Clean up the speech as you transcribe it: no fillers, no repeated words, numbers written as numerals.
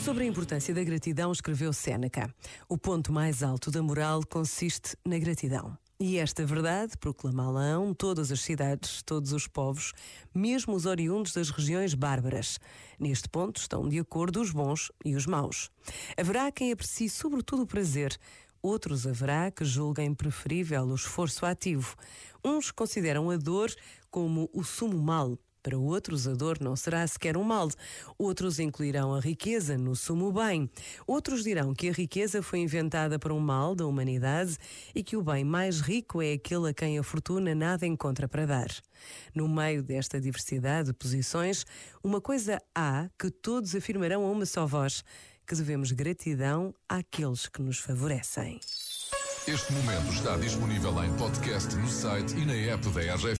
Sobre a importância da gratidão, escreveu Séneca: o ponto mais alto da moral consiste na gratidão. E esta verdade proclamá-la-ão todas as cidades, todos os povos, mesmo os oriundos das regiões bárbaras. Neste ponto estão de acordo os bons e os maus. Haverá quem aprecie sobretudo o prazer, outros haverá que julguem preferível o esforço ativo. Uns consideram a dor como o sumo mal. Para outros, a dor não será sequer um mal. Outros incluirão a riqueza no sumo bem. Outros dirão que a riqueza foi inventada para um mal da humanidade e que o bem mais rico é aquele a quem a fortuna nada encontra para dar. No meio desta diversidade de posições, uma coisa há que todos afirmarão a uma só voz: que devemos gratidão àqueles que nos favorecem. Este momento está disponível em podcast no site e na app da RGF.